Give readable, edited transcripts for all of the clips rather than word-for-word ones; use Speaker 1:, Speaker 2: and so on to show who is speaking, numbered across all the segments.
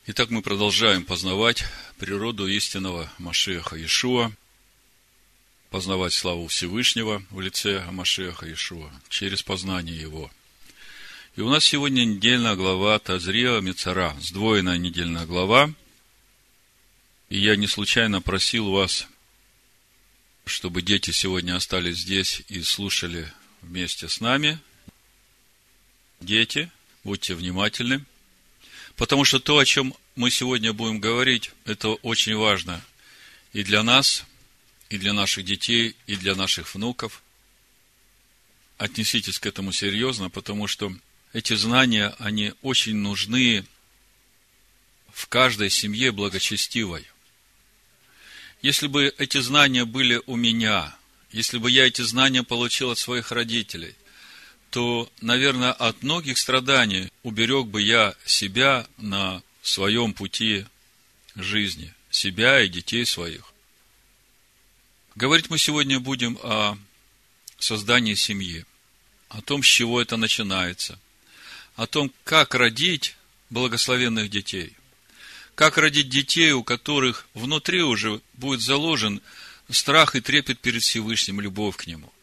Speaker 1: Итак, мы продолжаем познавать природу истинного Машиаха Иешуа, познавать славу Всевышнего в лице Машиаха Иешуа через познание Его. И у нас сегодня недельная глава Тазриа Мицара, сдвоенная недельная глава. И я не случайно просил вас, чтобы дети сегодня остались здесь и слушали вместе с нами. Дети, будьте внимательны. Потому что то, о чем мы сегодня будем говорить, это очень важно и для нас, и для наших детей, и для наших внуков. Отнеситесь к этому серьезно, потому что эти знания, они очень нужны в каждой семье благочестивой. Если бы эти знания были у меня, если бы я эти знания получил от своих родителей, то, наверное, от многих страданий уберег бы я себя на своем пути жизни, себя и детей своих. Говорить мы сегодня будем о создании семьи, о том, с чего это начинается, о том, как родить благословенных детей, как родить детей, у которых внутри уже будет заложен страх и трепет перед Всевышним, любовь к Нему.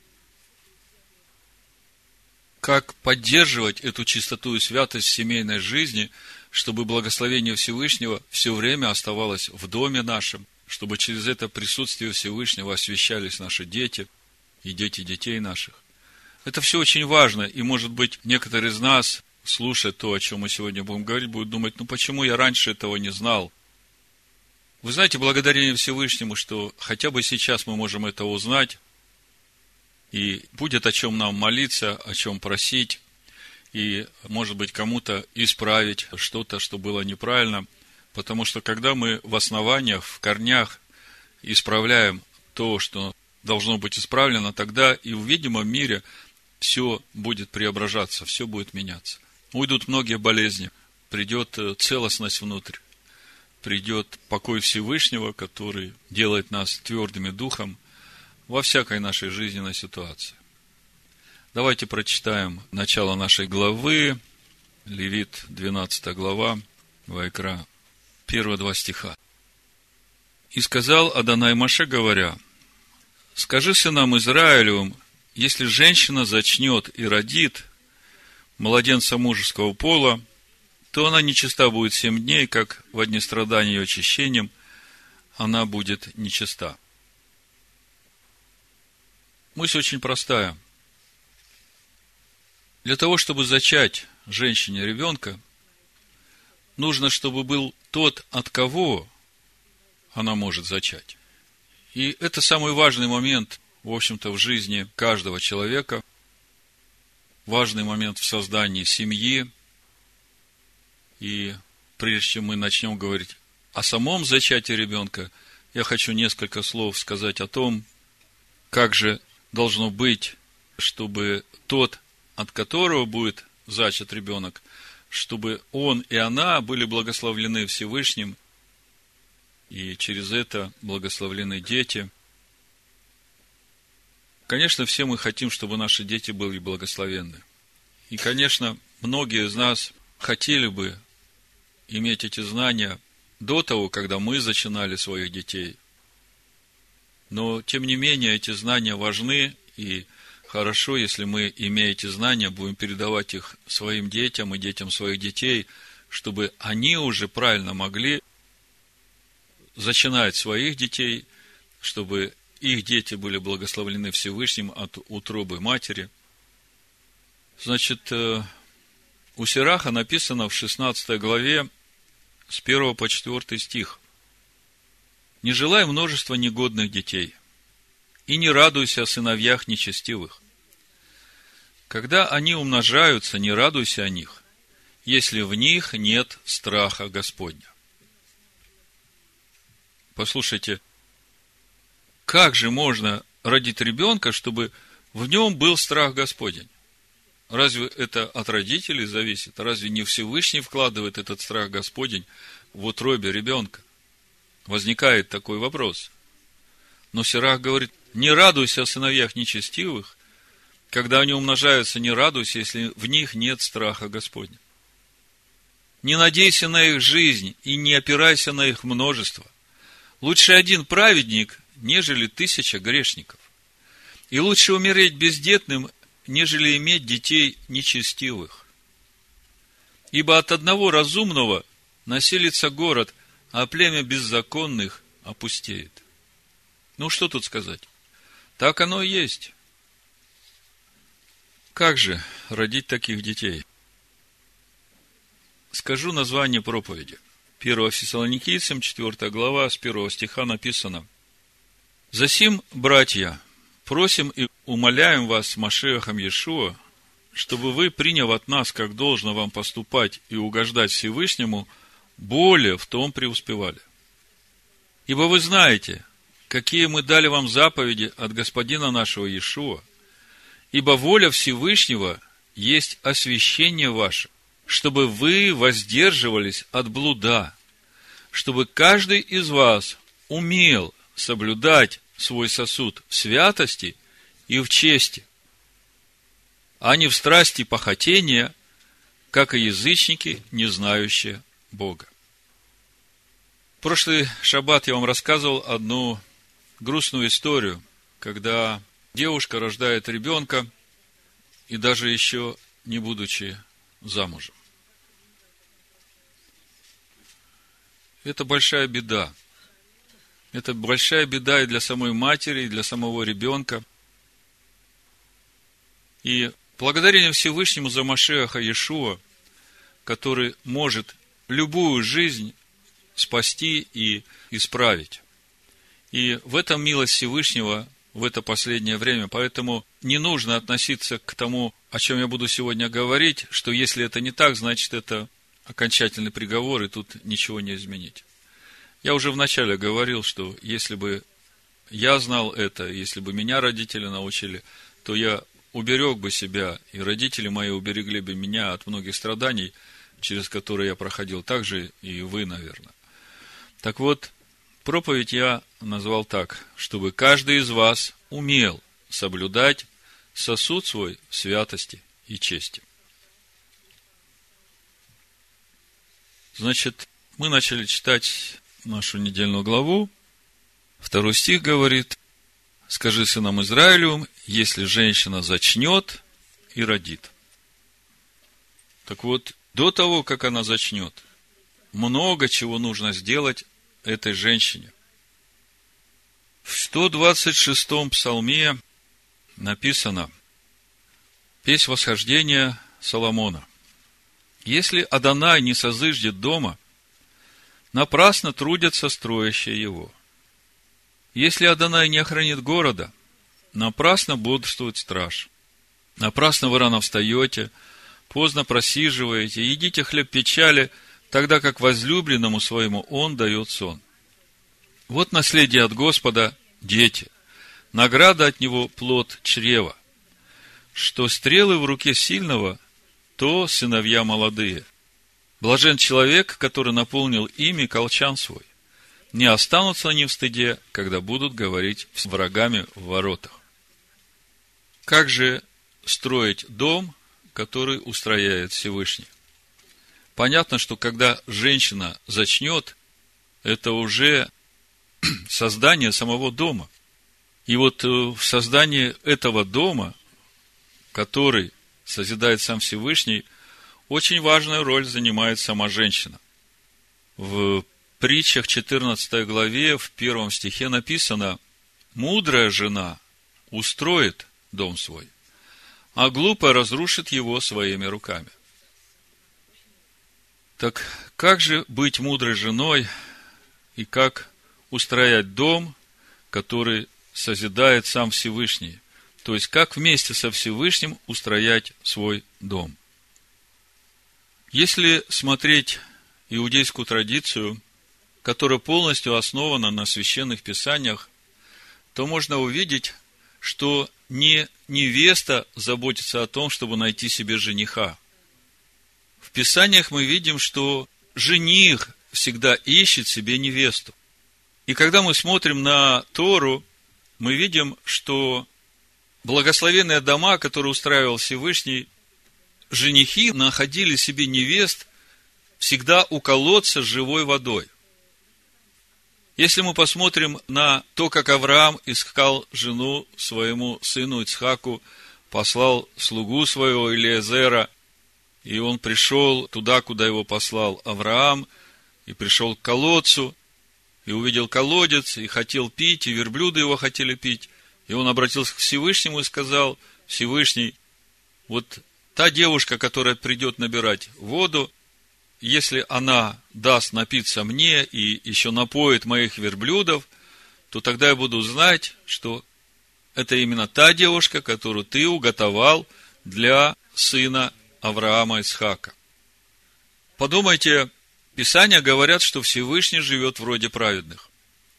Speaker 1: Как поддерживать эту чистоту и святость в семейной жизни, чтобы благословение Всевышнего все время оставалось в доме нашем, чтобы через это присутствие Всевышнего освящались наши дети и дети детей наших. Это все очень важно, и, может быть, некоторые из нас, слушая то, о чем мы сегодня будем говорить, будут думать, почему я раньше этого не знал? Вы знаете, благодарение Всевышнему, что хотя бы сейчас мы можем это узнать, и будет о чем нам молиться, о чем просить, и, может быть, кому-то исправить что-то, что было неправильно. Потому что, когда мы в основаниях, в корнях исправляем то, что должно быть исправлено, тогда и в видимом мире все будет преображаться, все будет меняться. Уйдут многие болезни, придет целостность внутрь, придет покой Всевышнего, который делает нас твердыми духом во всякой нашей жизненной ситуации. Давайте прочитаем начало нашей главы, Левит, 12 глава, Ваикра, 1-2 стиха. «И сказал Адонай Моше, говоря: скажи сынам Израилевым, если женщина зачнет и родит младенца мужеского пола, то она нечиста будет 7 дней, как во дни страдания ее очищением, она будет нечиста». Мысль очень простая. Для того, чтобы зачать женщине ребенка, нужно, чтобы был тот, от кого она может зачать. И это самый важный момент, в общем-то, в жизни каждого человека, важный момент в создании семьи. И прежде чем мы начнем говорить о самом зачатии ребенка, я хочу несколько слов сказать о том, как же должно быть, чтобы тот, от которого будет зачат ребенок, чтобы он и она были благословлены Всевышним, и через это благословлены дети. Конечно, все мы хотим, чтобы наши дети были благословенны. И, конечно, многие из нас хотели бы иметь эти знания до того, когда мы зачинали своих детей. Но, тем не менее, эти знания важны, и хорошо, если мы, имея эти знания, будем передавать их своим детям и детям своих детей, чтобы они уже правильно могли зачинать своих детей, чтобы их дети были благословлены Всевышним от утробы матери. Значит, у Сираха написано в 16 главе с 1 по 4 стих: «Не желай множества негодных детей, и не радуйся о сыновьях нечестивых. Когда они умножаются, не радуйся о них, если в них нет страха Господня». Послушайте, как же можно родить ребенка, чтобы в нем был страх Господень? Разве это от родителей зависит? Разве не Всевышний вкладывает этот страх Господень в утробе ребенка? Возникает такой вопрос. Но Сирах говорит: не радуйся о сыновьях нечестивых, когда они умножаются, не радуйся, если в них нет страха Господня. Не надейся на их жизнь и не опирайся на их множество. Лучше один праведник, нежели 1000 грешников. И лучше умереть бездетным, нежели иметь детей нечестивых. Ибо от одного разумного населится город, а племя беззаконных опустеет. Ну, что тут сказать? Так оно и есть. Как же родить таких детей? Скажу название проповеди. 1 Фессалоникийцам, 4 глава, с 1 стиха написано: «Засим, братья, просим и умоляем вас Машиахом Иешуа, чтобы вы, приняв от нас, как должно вам поступать и угождать Всевышнему, более в том преуспевали. Ибо вы знаете, какие мы дали вам заповеди от Господина нашего Иешуа, ибо воля Всевышнего есть освящение ваше, чтобы вы воздерживались от блуда, чтобы каждый из вас умел соблюдать свой сосуд в святости и в чести, а не в страсти похотения, как и язычники, не знающие Бога». В прошлый шаббат я вам рассказывал одну грустную историю, когда девушка рождает ребенка, и даже еще не будучи замужем. Это большая беда. Это большая беда и для самой матери, и для самого ребенка. И благодарение Всевышнему за Машиаха Иешуа, который может любую жизнь спасти и исправить. И в этом милость Всевышнего в это последнее время. Поэтому не нужно относиться к тому, о чем я буду сегодня говорить, что если это не так, значит это окончательный приговор, и тут ничего не изменить. Я уже вначале говорил, что если бы я знал это, если бы меня родители научили, то я уберег бы себя, и родители мои уберегли бы меня от многих страданий, через которые я проходил, так же и вы, наверное. Так вот, проповедь я назвал так: чтобы каждый из вас умел соблюдать сосуд свой в святости и чести. Значит, мы начали читать нашу недельную главу. 2 стих говорит: «Скажи сынам Израилевым, если женщина зачнет и родит». Так вот, до того, как она зачнет, много чего нужно сделать этой женщине. В 126-м псалме написано: «Песнь восхождения Соломона. Если Адонай не созыждет дома, напрасно трудятся строящие его. Если Адонай не охранит города, напрасно бодрствует страж. Напрасно вы рано встаете, поздно просиживаете, едите хлеб печали, тогда как возлюбленному своему он дает сон. Вот наследие от Господа – дети, награда от него – плод чрева. Что стрелы в руке сильного, то сыновья молодые. Блажен человек, который наполнил ими колчан свой. Не останутся они в стыде, когда будут говорить с врагами в воротах». Как же строить дом, который устрояет Всевышний? Понятно, что когда женщина зачнет, это уже создание самого дома. И вот в создании этого дома, который созидает сам Всевышний, очень важную роль занимает сама женщина. В притчах 14 главе, в 1 стихе написано: «Мудрая жена устроит дом свой, а глупая разрушит его своими руками». Так как же быть мудрой женой и как устроять дом, который созидает сам Всевышний? То есть, как вместе со Всевышним устроять свой дом? Если смотреть иудейскую традицию, которая полностью основана на священных писаниях, то можно увидеть, что не невеста заботится о том, чтобы найти себе жениха. В Писаниях мы видим, что жених всегда ищет себе невесту. И когда мы смотрим на Тору, мы видим, что благословенные дома, которые устраивал Всевышний, женихи находили себе невест всегда у колодца с живой водой. Если мы посмотрим на то, как Авраам искал жену своему сыну Ицхаку, послал слугу своего Элиезера, и он пришел туда, куда его послал Авраам, и пришел к колодцу, и увидел колодец, и хотел пить, и верблюды его хотели пить. И он обратился к Всевышнему и сказал: Всевышний, вот та девушка, которая придет набирать воду, если она даст напиться мне и еще напоит моих верблюдов, то тогда я буду знать, что это именно та девушка, которую ты уготовал для сына Авраама Ицхака. Подумайте, Писания говорят, что Всевышний живет в роде праведных.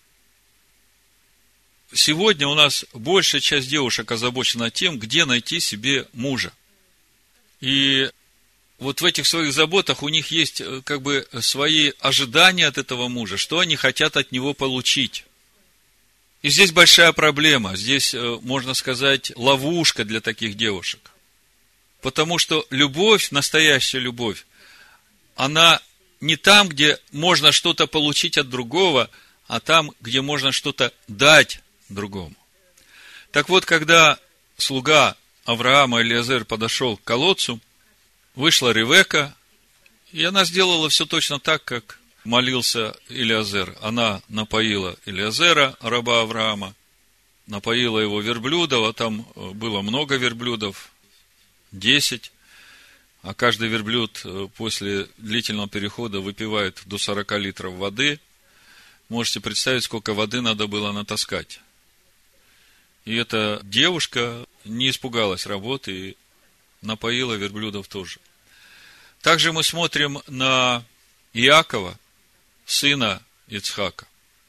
Speaker 1: Сегодня у нас большая часть девушек озабочена тем, где найти себе мужа. И вот в этих своих заботах у них есть как бы свои ожидания от этого мужа, что они хотят от него получить. И здесь большая проблема, здесь, можно сказать, ловушка для таких девушек. Потому что любовь, настоящая любовь, она не там, где можно что-то получить от другого, а там, где можно что-то дать другому. Так вот, когда слуга Авраама Элиезер подошел к колодцу, вышла Ревека, и она сделала все точно так, как молился Элиезер. Она напоила Элиезера, раба Авраама, напоила его верблюдов, а там было много верблюдов, 10, а каждый верблюд после длительного перехода выпивает до 40 литров воды. Можете представить, сколько воды надо было натаскать. И эта девушка не испугалась работы и напоила верблюдов тоже. Также мы смотрим на Иакова, сына Ицхака.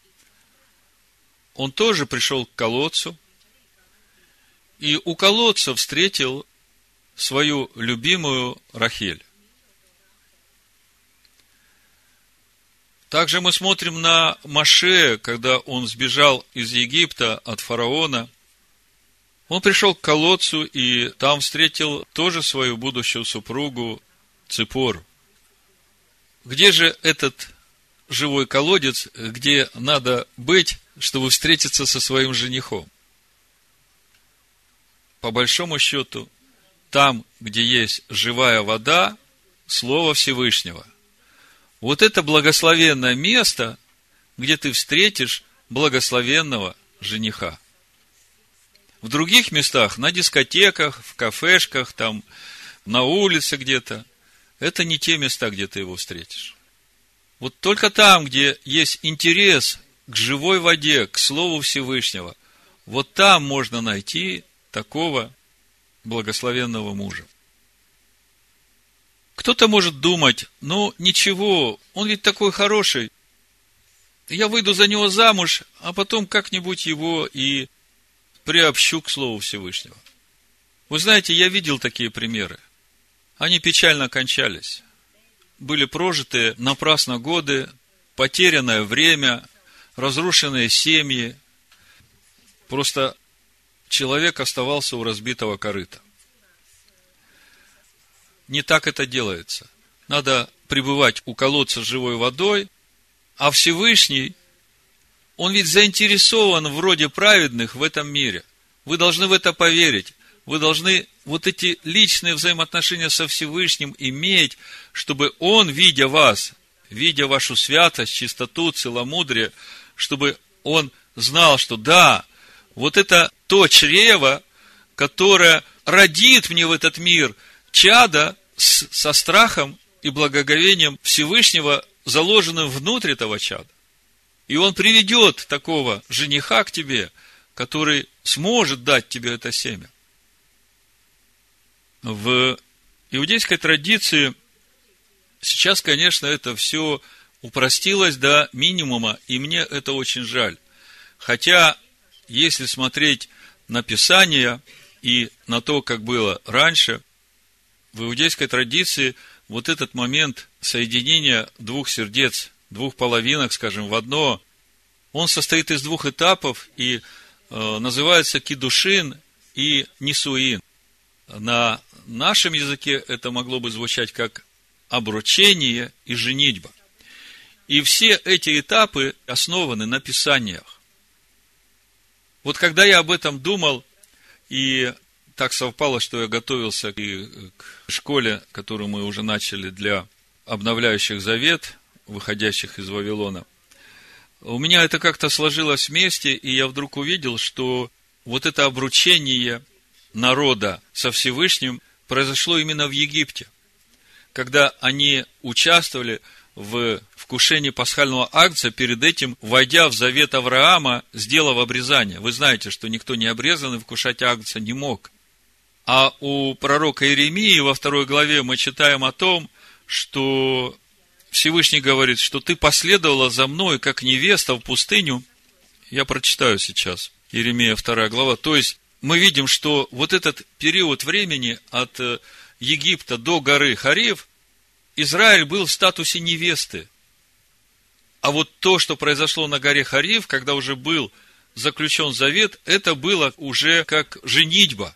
Speaker 1: Он тоже пришел к колодцу, и у колодца встретил свою любимую Рахель. Также мы смотрим на Моше, когда он сбежал из Египта от фараона. Он пришел к колодцу и там встретил тоже свою будущую супругу Ципору. Где же этот живой колодец, где надо быть, чтобы встретиться со своим женихом? По большому счету, там, где есть живая вода, Слово Всевышнего. Вот это благословенное место, где ты встретишь благословенного жениха. В других местах, на дискотеках, в кафешках, там, на улице где-то, это не те места, где ты его встретишь. Вот только там, где есть интерес к живой воде, к Слову Всевышнего, вот там можно найти такого благословенного мужа. Кто-то может думать: ну, ничего, он ведь такой хороший, я выйду за него замуж, а потом как-нибудь его и приобщу к Слову Всевышнего. Вы знаете, я видел такие примеры. Они печально кончались. Были прожиты напрасно годы, потерянное время, разрушенные семьи. Просто человек оставался у разбитого корыта. Не так это делается. Надо пребывать у колодца с живой водой, а Всевышний, Он ведь заинтересован в роде праведных в этом мире. Вы должны в это поверить. Вы должны вот эти личные взаимоотношения со Всевышним иметь, чтобы Он, видя вас, видя вашу святость, чистоту, целомудрие, чтобы Он знал, что да, вот это то чрево, которое родит мне в этот мир чадо со страхом и благоговением Всевышнего, заложенным внутрь этого чада. И Он приведет такого жениха к тебе, который сможет дать тебе это семя. В иудейской традиции сейчас, конечно, это все упростилось до минимума, и мне это очень жаль. Хотя, если смотреть на Писание и на то, как было раньше, в иудейской традиции вот этот момент соединения двух сердец, двух половинок, скажем, в одно, он состоит из двух этапов и называется кидушин и нисуин. На нашем языке это могло бы звучать как обручение и женитьба. И все эти этапы основаны на Писаниях. Вот когда я об этом думал, и так совпало, что я готовился и к школе, которую мы уже начали для обновляющих завет, выходящих из Вавилона, у меня это как-то сложилось вместе, и я вдруг увидел, что вот это обручение народа со Всевышним произошло именно в Египте, когда они участвовали в вкушении пасхального агнца, перед этим войдя в завет Авраама, сделав обрезание. Вы знаете, что никто не обрезанный вкушать агнца не мог. А у пророка Иеремии во 2 главе мы читаем о том, что Всевышний говорит, что ты последовала за мной, как невеста в пустыню. Я прочитаю сейчас. Иеремия 2 глава. То есть, мы видим, что вот этот период времени от Египта до горы Хорев, Израиль был в статусе невесты. А вот то, что произошло на горе Хорев, когда уже был заключен завет, это было уже как женитьба.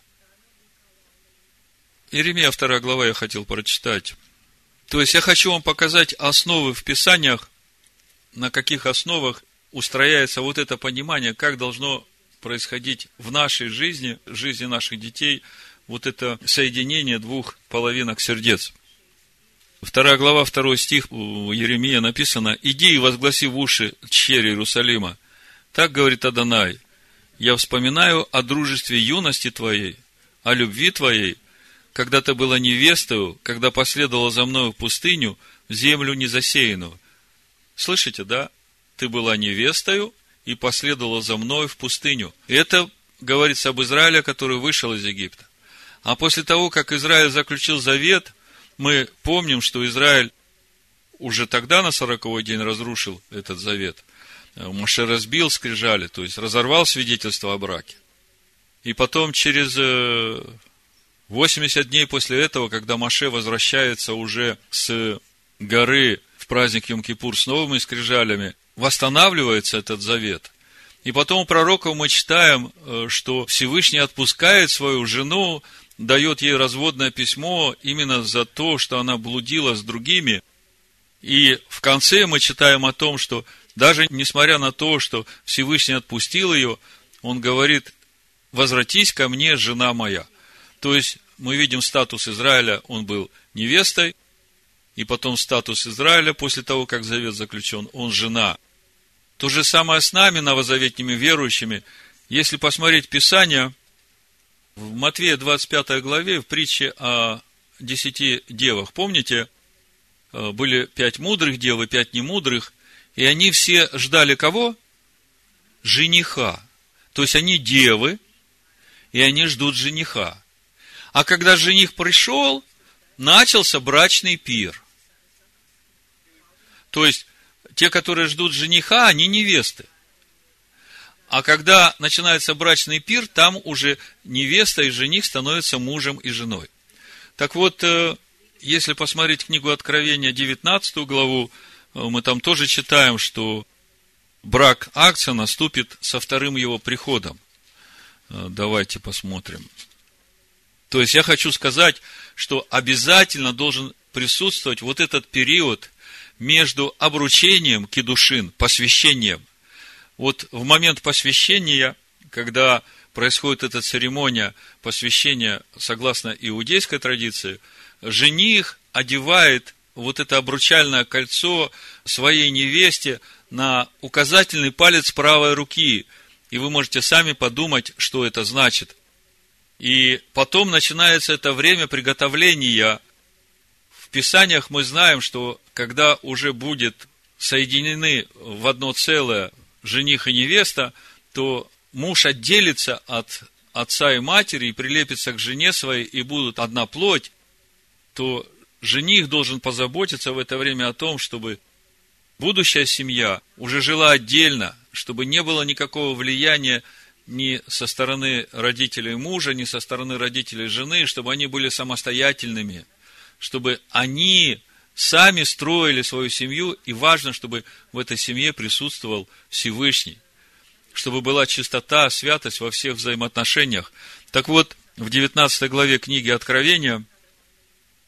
Speaker 1: Иеремия 2 глава я хотел прочитать. То есть, я хочу вам показать основы в Писаниях, на каких основах устрояется вот это понимание, как должно происходить в нашей жизни, жизни наших детей, вот это соединение двух половинок сердец. 2 глава, 2 стих у Иеремии написано: «Иди и возгласи в уши чере Иерусалима. Так говорит Адонай: я вспоминаю о дружестве юности твоей, о любви твоей, когда ты была невестою, когда последовала за мною в пустыню, в землю незасеянную». Слышите, да? Ты была невестою и последовала за мною в пустыню. И это говорится об Израиле, который вышел из Египта. А после того, как Израиль заключил завет, мы помним, что Израиль уже тогда на 40-й день разрушил этот завет. Моше разбил скрижали, то есть разорвал свидетельство о браке. И потом через 80 дней после этого, когда Моше возвращается уже с горы в праздник Йом-Кипур с новыми скрижалями, восстанавливается этот завет. И потом у пророков мы читаем, что Всевышний отпускает свою жену, дает ей разводное письмо именно за то, что она блудила с другими. И в конце мы читаем о том, что даже несмотря на то, что Всевышний отпустил ее, он говорит: возвратись ко мне, жена моя. То есть, мы видим статус Израиля, он был невестой, и потом статус Израиля, после того, как завет заключен, он жена. То же самое с нами, новозаветными верующими. Если посмотреть Писание, в Матфея 25 главе, в притче о 10 девах, помните, были 5 мудрых дев и 5 немудрых, и они все ждали кого? Жениха. То есть, они девы, и они ждут жениха. А когда жених пришел, начался брачный пир. То есть, те, которые ждут жениха, они невесты. А когда начинается брачный пир, там уже невеста и жених становятся мужем и женой. Так вот, если посмотреть книгу Откровения, 19 главу, мы там тоже читаем, что брак Агнца наступит со вторым его приходом. Давайте посмотрим. То есть, я хочу сказать, что обязательно должен присутствовать вот этот период между обручением кидушин, посвящением. Вот в момент посвящения, когда происходит эта церемония посвящения, согласно иудейской традиции, жених одевает вот это обручальное кольцо своей невесте на указательный палец правой руки. И вы можете сами подумать, что это значит. И потом начинается это время приготовления. В Писаниях мы знаем, что когда уже будет соединены в одно целое жених и невеста, то муж отделится от отца и матери и прилепится к жене своей, и будут одна плоть, то жених должен позаботиться в это время о том, чтобы будущая семья уже жила отдельно, чтобы не было никакого влияния ни со стороны родителей мужа, ни со стороны родителей жены, чтобы они были самостоятельными, чтобы они сами строили свою семью, и важно, чтобы в этой семье присутствовал Всевышний, чтобы была чистота, святость во всех взаимоотношениях. Так вот, в 19 главе книги Откровения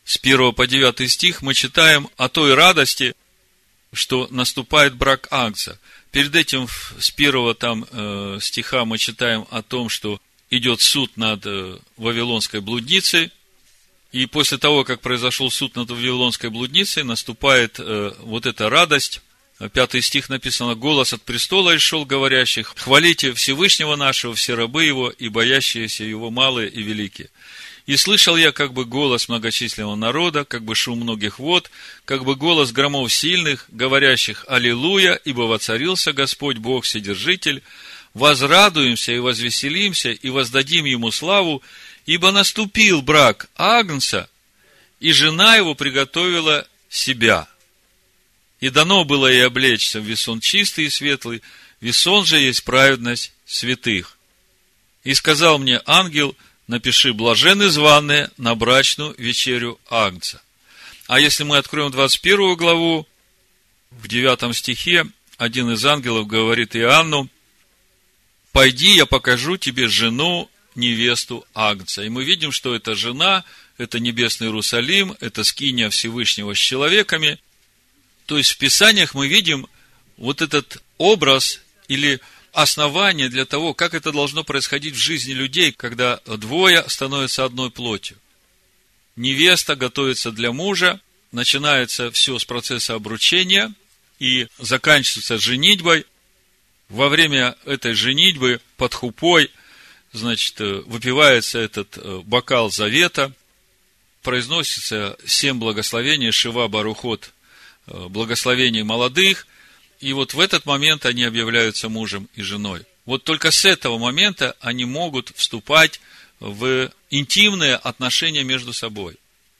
Speaker 1: с 1 по 9 стих мы читаем о той радости, что наступает брак Агнца. Перед этим с 1 стиха мы читаем о том, что идет суд над вавилонской блудницей. И после того, как произошел суд над вавилонской блудницей, наступает вот эта радость. 5 стих написано: «Голос от престола исшел говорящих: хвалите Всевышнего нашего, все рабы его, и боящиеся его малые и великие. И слышал я как бы голос многочисленного народа, как бы шум многих вод, как бы голос громов сильных, говорящих: Аллилуйя, ибо воцарился Господь Бог Вседержитель. Возрадуемся и возвеселимся, и воздадим Ему славу, ибо наступил брак Агнца, и жена его приготовила себя. И дано было ей облечься в весон чистый и светлый, весон же есть праведность святых. И сказал мне ангел: напиши: блаженны званые на брачную вечерю Агнца». А если мы откроем 21 главу, в 9 стихе, один из ангелов говорит Иоанну: «Пойди, я покажу тебе жену, невесту Агнца». И мы видим, что эта жена, это небесный Иерусалим, это скиния Всевышнего с человеками. То есть в Писаниях мы видим вот этот образ или основание для того, как это должно происходить в жизни людей, когда двое становятся одной плотью. Невеста готовится для мужа, начинается все с процесса обручения и заканчивается женитьбой. Во время этой женитьбы под хупой, выпивается этот бокал завета, произносится 7 благословений, Шива Барухот, благословений молодых, и вот в этот момент они объявляются мужем и женой. Вот только с этого момента они могут вступать в интимные отношения между собой.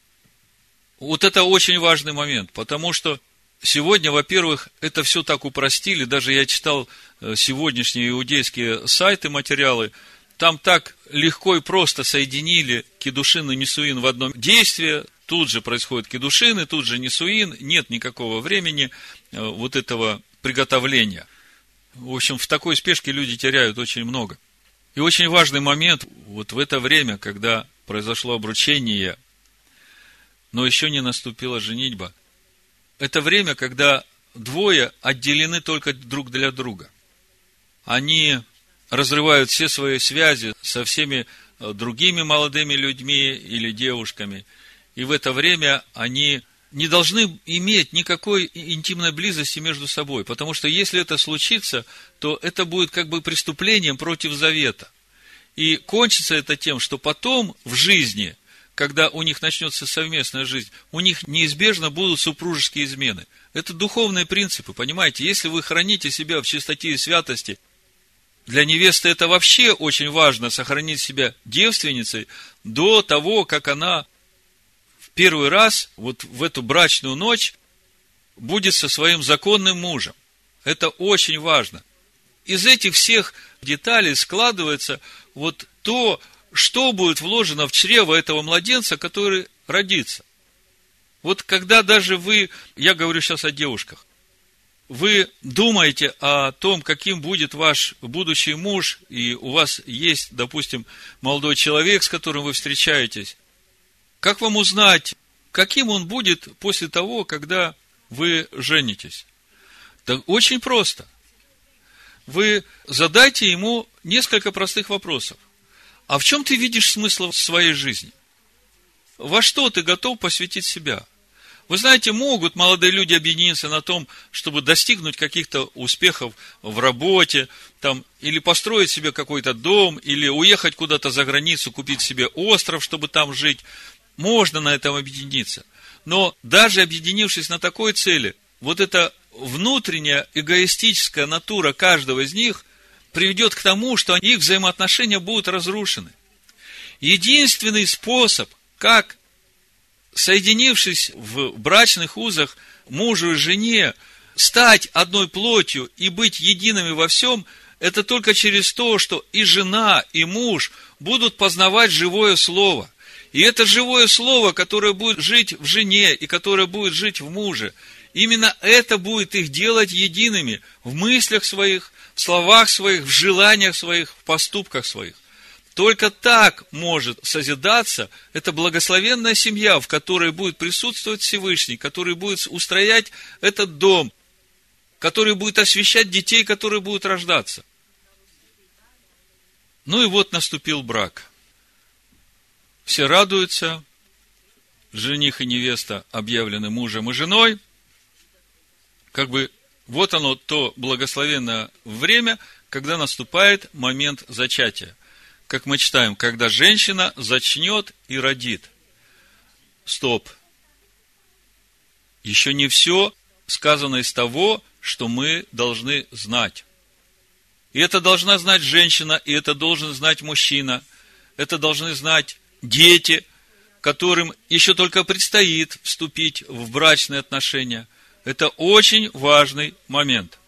Speaker 1: Вот это очень важный момент, потому что сегодня, во-первых, это все так упростили. Даже я читал сегодняшние иудейские сайты, материалы. Там так легко и просто соединили кидушин и нисуин в одном действии. Тут же происходит кидушин, и тут же нисуин. Нет никакого времени вот этого приготовления. В общем, в такой спешке люди теряют очень много. И очень важный момент вот в это время, когда произошло обручение, но еще не наступила женитьба. Это время, когда двое отделены только друг для друга. Они разрывают все свои связи со всеми другими молодыми людьми или девушками. И в это время они не должны иметь никакой интимной близости между собой. Потому что если это случится, то это будет как бы преступлением против завета. И кончится это тем, что потом в жизни, когда у них начнется совместная жизнь, у них неизбежно будут супружеские измены. Это духовные принципы, понимаете? Если вы храните себя в чистоте и святости, для невесты это вообще очень важно, сохранить себя девственницей до того, как она в первый раз, вот в эту брачную ночь, будет со своим законным мужем. Это очень важно. Из этих всех деталей складывается вот то, что будет вложено в чрево этого младенца, который родится. Вот когда даже вы, я говорю сейчас о девушках, вы думаете о том, каким будет ваш будущий муж, и у вас есть, допустим, молодой человек, с которым вы встречаетесь, как вам узнать, каким он будет после того, когда вы женитесь? Да очень просто. Вы задайте ему несколько простых вопросов. А в чем ты видишь смысл в своей жизни? Во что ты готов посвятить себя? Вы знаете, могут молодые люди объединиться на том, чтобы достигнуть каких-то успехов в работе, там, или построить себе какой-то дом, или уехать куда-то за границу, купить себе остров, чтобы там жить. Можно на этом объединиться. Но даже объединившись на такой цели, вот эта внутренняя эгоистическая натура каждого из них приведет к тому, что их взаимоотношения будут разрушены. Единственный способ, как, соединившись в брачных узах мужу и жене, стать одной плотью и быть едиными во всем, это только через то, что и жена, и муж будут познавать живое слово. И это живое слово, которое будет жить в жене и которое будет жить в муже, именно это будет их делать едиными в мыслях своих, в словах своих, в желаниях своих, в поступках своих. Только так может созидаться эта благословенная семья, в которой будет присутствовать Всевышний, который будет устроять этот дом, который будет освящать детей, которые будут рождаться. Ну и вот наступил брак. Все радуются, жених и невеста объявлены мужем и женой. Как бы вот оно, то благословенное время, когда наступает момент зачатия. Как мы читаем, когда женщина зачнет и родит. Стоп. Еще не все сказано из того, что мы должны знать. И это должна знать женщина, и это должен знать мужчина. Это должны знать дети, которым еще только предстоит вступить в брачные отношения. Это очень важный момент.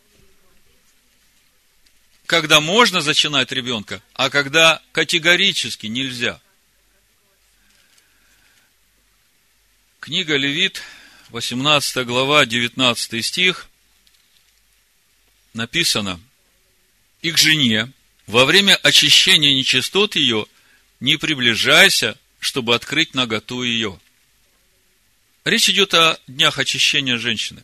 Speaker 1: Когда можно зачинать ребенка, а когда категорически нельзя. Книга Левит, 18 глава, 19 стих, написано: «И к жене во время очищения нечистот ее не приближайся, чтобы открыть наготу ее». Речь идет о днях очищения женщины.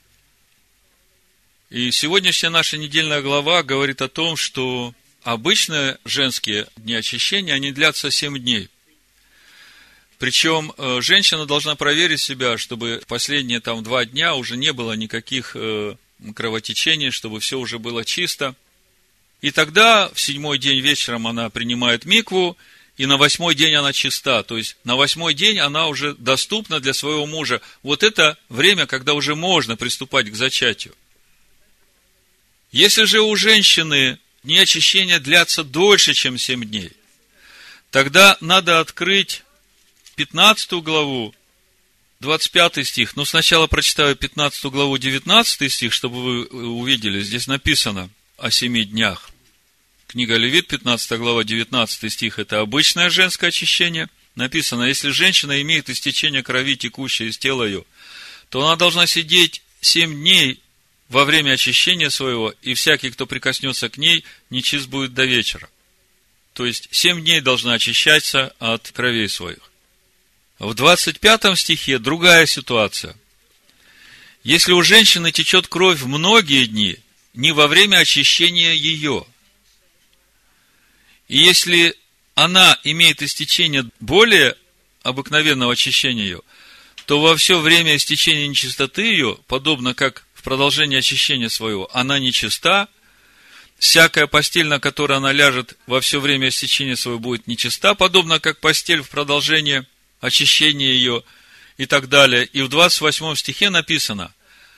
Speaker 1: И сегодняшняя наша недельная глава говорит о том, что обычные женские дни очищения, они длятся 7 дней. Причем женщина должна проверить себя, чтобы последние 2 дня уже не было никаких кровотечений, чтобы все уже было чисто. И тогда в 7-й день вечером она принимает микву, и на 8-й день она чиста. То есть на 8-й день она уже доступна для своего мужа. Вот это время, когда уже можно приступать к зачатию. Если же у женщины дни очищения длятся дольше, чем 7 дней, тогда надо открыть 15 главу, 25 стих. Но сначала прочитаю 15 главу, 19 стих, чтобы вы увидели. Здесь написано о 7 днях. Книга Левит, 15 глава, 19 стих. Это обычное женское очищение. Написано: если женщина имеет истечение крови, текущее из тела ее, то она должна сидеть 7 дней во время очищения своего, и всякий, кто прикоснется к ней, нечист будет до вечера. То есть 7 дней должна очищаться от кровей своих. В 25 стихе другая ситуация. Если у женщины течет кровь многие дни, не во время очищения ее, и если она имеет истечение более обыкновенного очищения ее, то во все время истечения нечистоты ее, подобно как в продолжении очищения своего, она нечиста. Всякая постель, на которой она ляжет во все время истечения своего, будет нечиста, подобно как постель в продолжении очищения ее, и так далее. И в 28 стихе написано: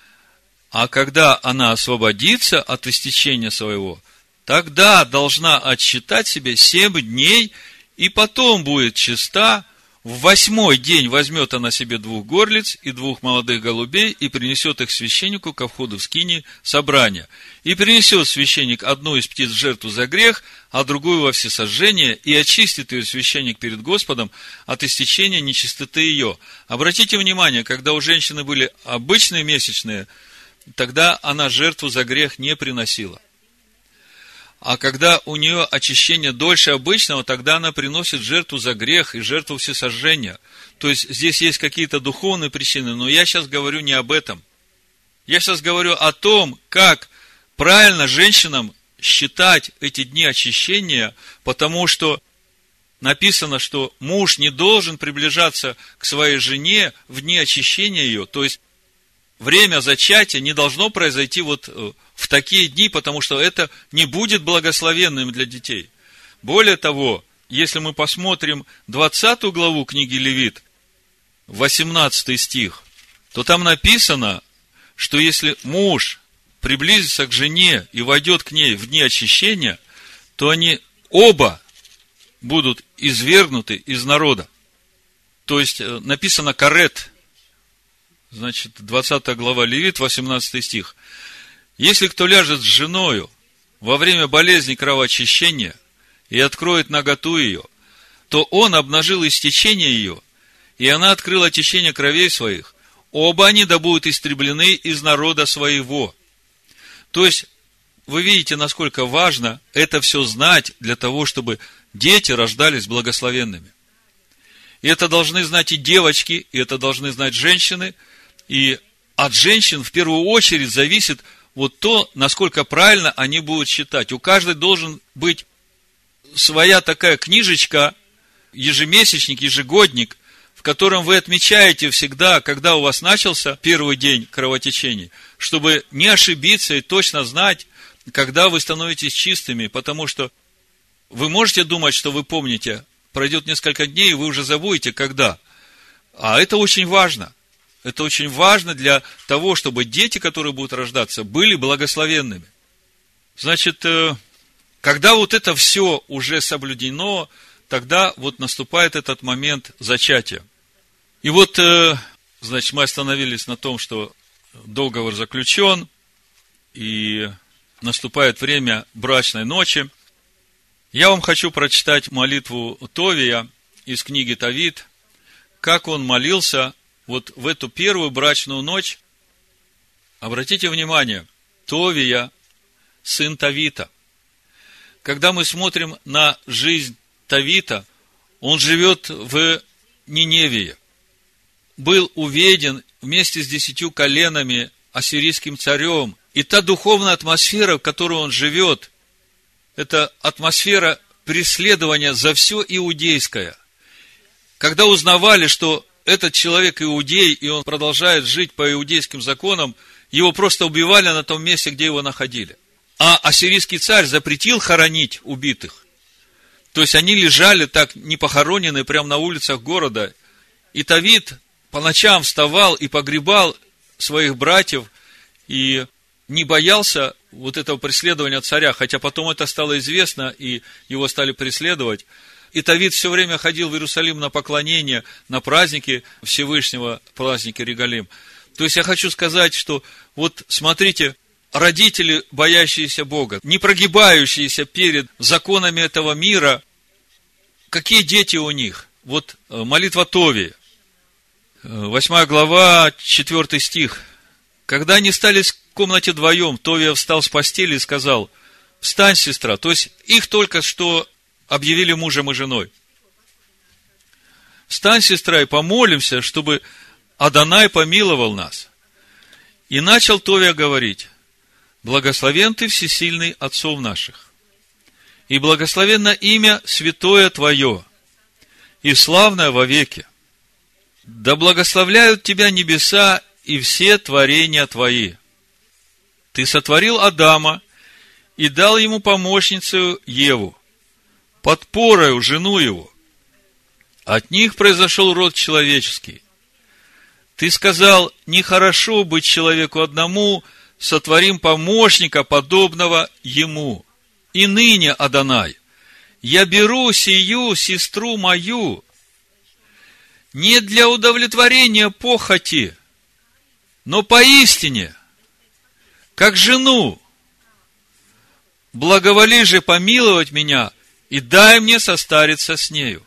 Speaker 1: а когда она освободится от истечения своего, тогда должна отсчитать себе 7 дней, и потом будет чиста. В 8-й день возьмет она себе 2 горлиц и 2 молодых голубей и принесет их священнику ко входу в скинии собрания. И принесет священник одну из птиц в жертву за грех, а другую во всесожжение, и очистит ее священник перед Господом от истечения нечистоты ее. Обратите внимание, когда у женщины были обычные месячные, тогда она жертву за грех не приносила. А когда у нее очищение дольше обычного, тогда она приносит жертву за грех и жертву всесожжения. То есть здесь есть какие-то духовные причины, но я сейчас говорю не об этом. Я сейчас говорю о том, как правильно женщинам считать эти дни очищения, потому что написано, что муж не должен приближаться к своей жене в дни очищения ее. То есть время зачатия не должно произойти вот в такие дни, потому что это не будет благословенным для детей. Более того, если мы посмотрим 20 главу книги Левит, 18 стих, то там написано, что если муж приблизится к жене и войдет к ней в дни очищения, то они оба будут извергнуты из народа. То есть написано карет. Значит, 20 глава Левит, 18 стих. Если кто ляжет с женою во время болезни кровоочищения и откроет наготу ее, то он обнажил истечение ее, и она открыла течение кровей своих, оба они да будут истреблены из народа своего. То есть, вы видите, насколько важно это все знать для того, чтобы дети рождались благословенными. И это должны знать и девочки, и это должны знать женщины. И от женщин в первую очередь зависит вот то, насколько правильно они будут считать. У каждой должен быть своя такая книжечка, ежемесячник, ежегодник, в котором вы отмечаете всегда, когда у вас начался первый день кровотечений, чтобы не ошибиться и точно знать, когда вы становитесь чистыми, потому что вы можете думать, что вы помните, пройдет несколько дней, и вы уже забудете, когда. А это очень важно. Это очень важно для того, чтобы дети, которые будут рождаться, были благословенными. Значит, когда вот это все уже соблюдено, тогда вот наступает этот момент зачатия. И вот, значит, мы остановились на том, что договор заключен, и наступает время брачной ночи. Я вам хочу прочитать молитву Товия из книги Товит, как он молился вот в эту первую брачную ночь. Обратите внимание, Товия, сын Товита. Когда мы смотрим на жизнь Товита, он живет в Ниневии, был уведен вместе с 10 коленами ассирийским царем. И та духовная атмосфера, в которой он живет, это атмосфера преследования за все иудейское. Когда узнавали, что этот человек иудей, и он продолжает жить по иудейским законам, его просто убивали на том месте, где его находили. А ассирийский царь запретил хоронить убитых. То есть они лежали так непохороненные прямо на улицах города. И Товит по ночам вставал и погребал своих братьев, и не боялся вот этого преследования царя, хотя потом это стало известно, и его стали преследовать. И Товит все время ходил в Иерусалим на поклонение, на праздники Всевышнего, праздники Регалим. То есть я хочу сказать, что вот смотрите, родители, боящиеся Бога, не прогибающиеся перед законами этого мира, какие дети у них? Вот молитва Товия, 8 глава, 4 стих. Когда они стали в комнате вдвоем, Товия встал с постели и сказал: «Встань, сестра». То есть их только что объявили мужем и женой. «Встань, сестра, и помолимся, чтобы Адонай помиловал нас». И начал Товия говорить: «Благословен ты, всесильный отцов наших, и благословенно имя святое твое, и славное вовеки. Да благословляют тебя небеса и все творения твои. Ты сотворил Адама и дал ему помощницу Еву, подпорою жену его. От них произошел род человеческий. Ты сказал: нехорошо быть человеку одному, сотворим помощника, подобного ему. И ныне, Адонай, я беру сию сестру мою не для удовлетворения похоти, но поистине, как жену. Благоволи же помиловать меня и дай мне состариться с нею».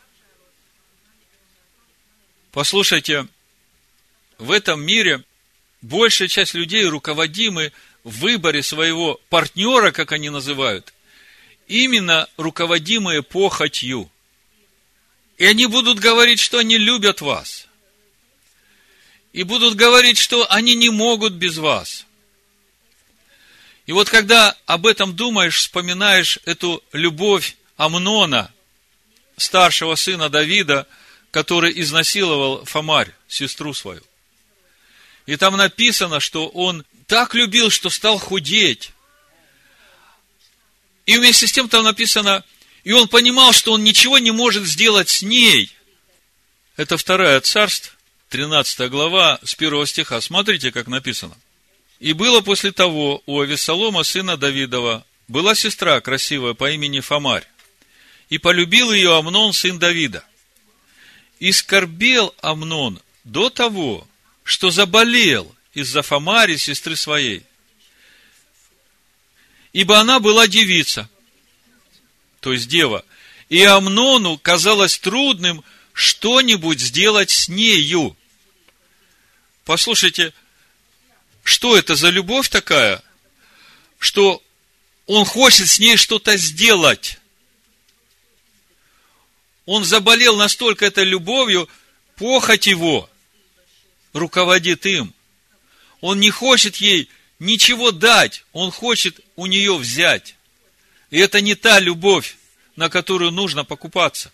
Speaker 1: Послушайте, в этом мире большая часть людей руководимы в выборе своего партнера, как они называют, именно руководимые похотью. И они будут говорить, что они любят вас. И будут говорить, что они не могут без вас. И вот когда об этом думаешь, вспоминаешь эту любовь Амнона, старшего сына Давида, который изнасиловал Фамарь, сестру свою. И там написано, что он так любил, что стал худеть. И вместе с тем там написано, и он понимал, что он ничего не может сделать с ней. Это 2 Царств, 13 глава, с 1 стиха. Смотрите, как написано. «И было после того у Авессалома, сына Давидова, была сестра красивая по имени Фамарь, и полюбил ее Амнон, сын Давида. И скорбел Амнон до того, что заболел из-за Фамари, сестры своей. Ибо она была девица, то есть дева, и Амнону казалось трудным что-нибудь сделать с нею». Послушайте, что это за любовь такая, что он хочет с ней что-то сделать? Он заболел настолько этой любовью, похоть его руководит им. Он не хочет ей ничего дать, он хочет у нее взять. И это не та любовь, на которую нужно покупаться.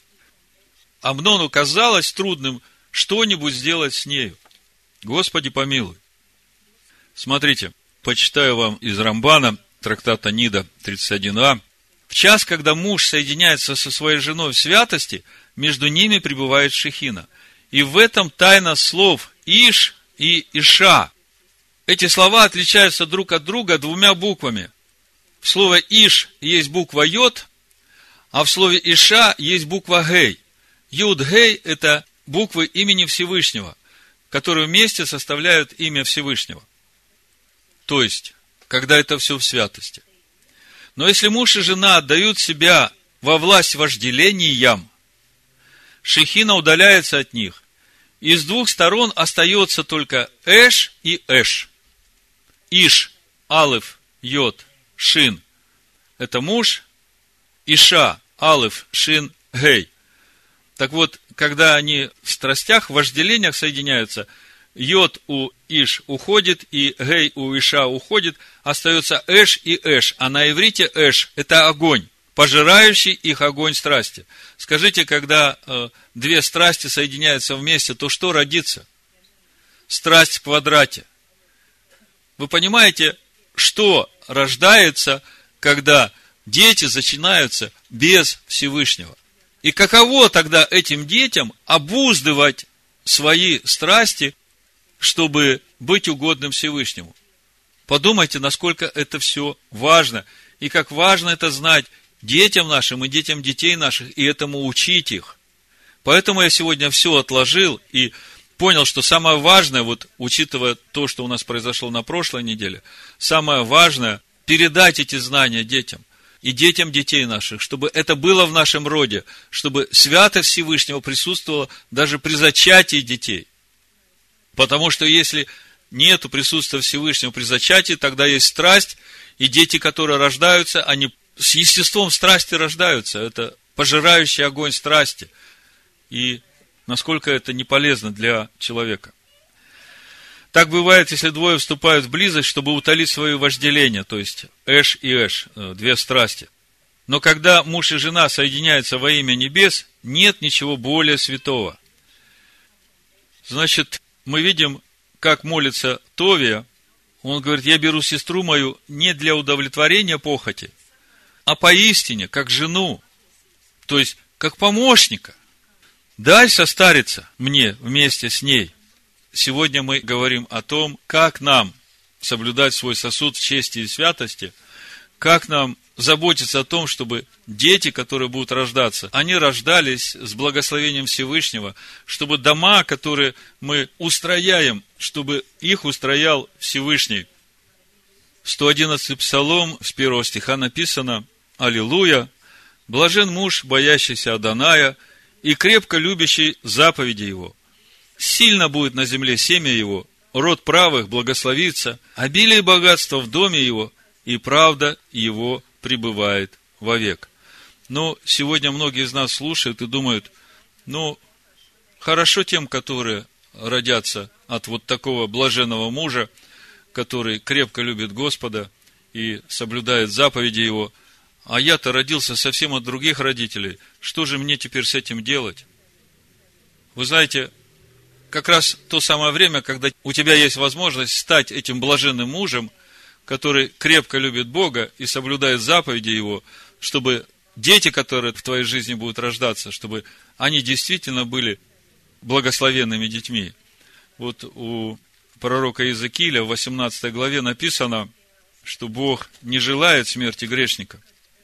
Speaker 1: Амнону казалось трудным что-нибудь сделать с нею. Господи помилуй. Смотрите, почитаю вам из Рамбана, трактата Нида 31а. В час, когда муж соединяется со своей женой в святости, между ними пребывает шехина. И в этом тайна слов Иш и Иша. Эти слова отличаются друг от друга двумя буквами. В слове Иш есть буква Йод, а в слове Иша есть буква Гей. Юд Гей – это буквы имени Всевышнего, которые вместе составляют имя Всевышнего. То есть, когда это все в святости. Но если муж и жена отдают себя во власть вожделениям, шехина удаляется от них, и с двух сторон остается только Эш и Эш. Иш, Алеф, Йод, Шин – это муж, Иша, Алеф, Шин, Гей. Так вот, когда они в страстях, в вожделениях соединяются, Йод у Иш уходит, и Гей у Иша уходит, остается Эш и Эш. А на иврите Эш – это огонь, пожирающий их огонь страсти. Скажите, когда две страсти соединяются вместе, то что родится? Страсть в квадрате. Вы понимаете, что рождается, когда дети зачинаются без Всевышнего? И каково тогда этим детям обуздывать свои страсти, чтобы быть угодным Всевышнему? Подумайте, насколько это все важно, и как важно это знать детям нашим и детям детей наших, и этому учить их. Поэтому я сегодня все отложил и понял, что самое важное, вот учитывая то, что у нас произошло на прошлой неделе, самое важное – передать эти знания детям и детям детей наших, чтобы это было в нашем роде, чтобы святость Всевышнего присутствовала даже при зачатии детей. Потому что если нету присутствия Всевышнего при зачатии, тогда есть страсть, и дети, которые рождаются, они с естеством страсти рождаются. Это пожирающий огонь страсти. И насколько это не полезно для человека. Так бывает, если двое вступают в близость, чтобы утолить свое вожделение, то есть Эш и Эш, две страсти. Но когда муж и жена соединяются во имя небес, нет ничего более святого. Значит, мы видим, как молится Товия. Он говорит: я беру сестру мою не для удовлетворения похоти, а поистине, как жену, то есть, как помощника. Дай состариться мне вместе с ней. Сегодня мы говорим о том, как нам соблюдать свой сосуд в чести и святости, как нам заботиться о том, чтобы дети, которые будут рождаться, они рождались с благословением Всевышнего, чтобы дома, которые мы устрояем, чтобы их устроял Всевышний. 111 Псалом, с 1 стиха написано: «Аллилуйя! Блажен муж, боящийся Адоная, и крепко любящий заповеди его. Сильно будет на земле семя его, род правых благословится, обилие богатства в доме его, и правда его пребывает вовек». Но сегодня многие из нас слушают и думают: хорошо тем, которые родятся от вот такого блаженного мужа, который крепко любит Господа и соблюдает заповеди его, а я-то родился совсем от других родителей. Что же мне теперь с этим делать? Вы знаете, как раз то самое время, когда у тебя есть возможность стать этим блаженным мужем, который крепко любит Бога и соблюдает заповеди Его, чтобы дети, которые в твоей жизни будут рождаться, чтобы они действительно были благословенными детьми. Вот у пророка Иезекииля в 18 главе написано, что Бог не желает смерти грешника.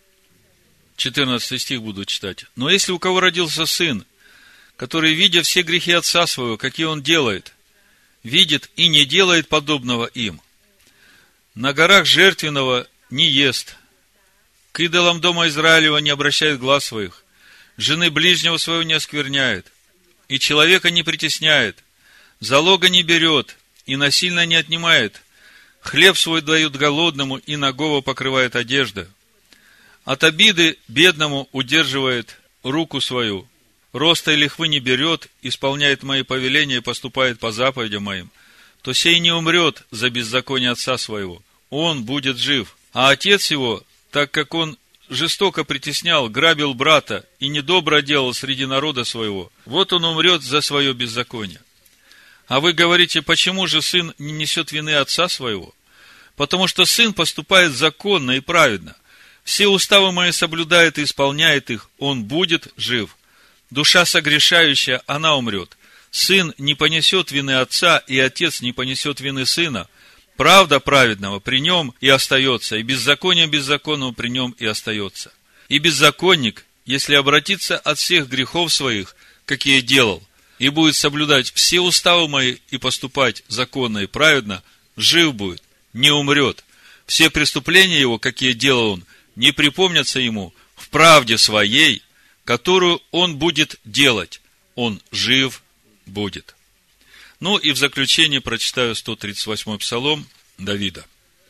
Speaker 1: 14 стих буду читать. «Но если у кого родился сын, который, видя все грехи отца своего, какие он делает, видит и не делает подобного им, на горах жертвенного не ест, к идолам дома Израилева не обращает глаз своих, жены ближнего своего не оскверняет, и человека не притесняет, залога не берет, и насильно не отнимает, хлеб свой дают голодному, и нагого покрывает одежда, от обиды бедному удерживает руку свою, роста и лихвы не берет, исполняет мои повеления и поступает по заповедям моим, то сей не умрет за беззаконие отца своего, он будет жив. А отец его, так как он жестоко притеснял, грабил брата и недобро делал среди народа своего, вот он умрет за свое беззаконие. А вы говорите, почему же сын не несет вины отца своего? Потому что сын поступает законно и праведно. Все уставы мои соблюдает и исполняет их, он будет жив. Душа согрешающая, она умрет. Сын не понесет вины отца, и отец не понесет вины сына. Правда праведного при нем и остается, и беззаконие беззаконного при нем и остается. И беззаконник, если обратится от всех грехов своих, какие делал, и будет соблюдать все уставы мои и поступать законно и праведно, жив будет, не умрет. Все преступления его, какие делал он, не припомнятся ему в правде своей, которую он будет делать. Он жив будет. Ну и в заключение прочитаю 138-й псалом Давида.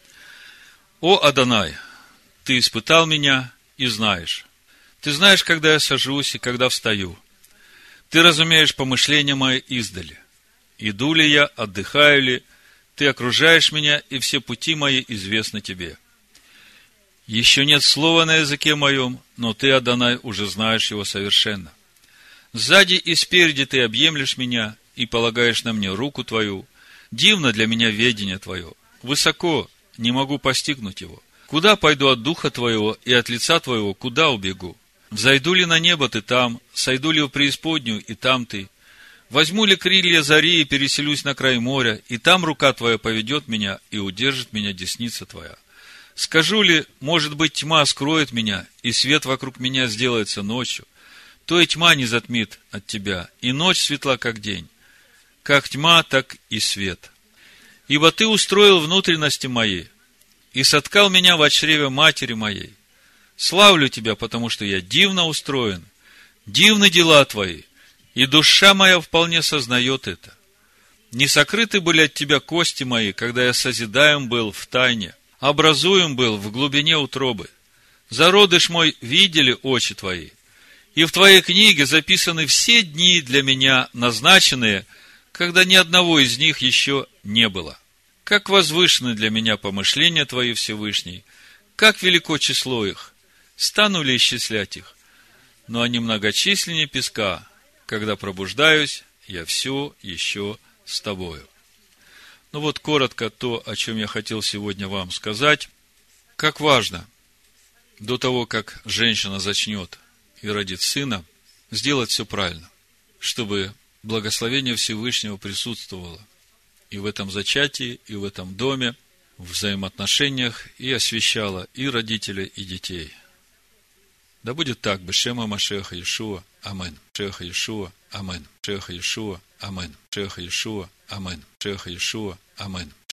Speaker 1: «О Адонай, ты испытал меня и знаешь. Ты знаешь, когда я сажусь и когда встаю. Ты разумеешь помышления мои издали. Иду ли я, отдыхаю ли, ты окружаешь меня, и все пути мои известны тебе. Еще нет слова на языке моем, но ты, Адонай, уже знаешь его совершенно. Сзади и спереди ты объемлешь меня и полагаешь на мне руку твою. Дивно для меня ведение твое. Высоко, не могу постигнуть его. Куда пойду от духа твоего и от лица твоего, куда убегу? Взойду ли на небо, ты там, сойду ли в преисподнюю, и там ты. Возьму ли крылья зари и переселюсь на край моря, и там рука твоя поведет меня и удержит меня десница твоя. Скажу ли, может быть, тьма скроет меня, и свет вокруг меня сделается ночью, то и тьма не затмит от тебя, и ночь светла, как день. Как тьма, так и свет. Ибо ты устроил внутренности мои, и соткал меня во чреве матери моей. Славлю тебя, потому что я дивно устроен, дивны дела твои, и душа моя вполне сознает это. Не сокрыты были от тебя кости мои, когда я созидаем был в тайне, образуем был в глубине утробы. Зародыш мой видели очи твои, и в твоей книге записаны все дни для меня назначенные, когда ни одного из них еще не было. Как возвышены для меня помышления твои, Всевышний, как велико число их, стану ли исчислять их? Но они многочисленнее песка, когда пробуждаюсь, я все еще с тобою. Ну вот коротко то, о чем я хотел сегодня вам сказать. Как важно до того, как женщина зачнет и родит сына, сделать все правильно, чтобы благословение Всевышнего присутствовало и в этом зачатии, и в этом доме, в взаимоотношениях, и освящало и родителей, и детей. Да будет так, бешема Машеха Иешуа, амин. Шеха Иешуа, амин. Шеха Иешуа, амин. Шеха Иешуа, амин. Шеха Иешуа, амин.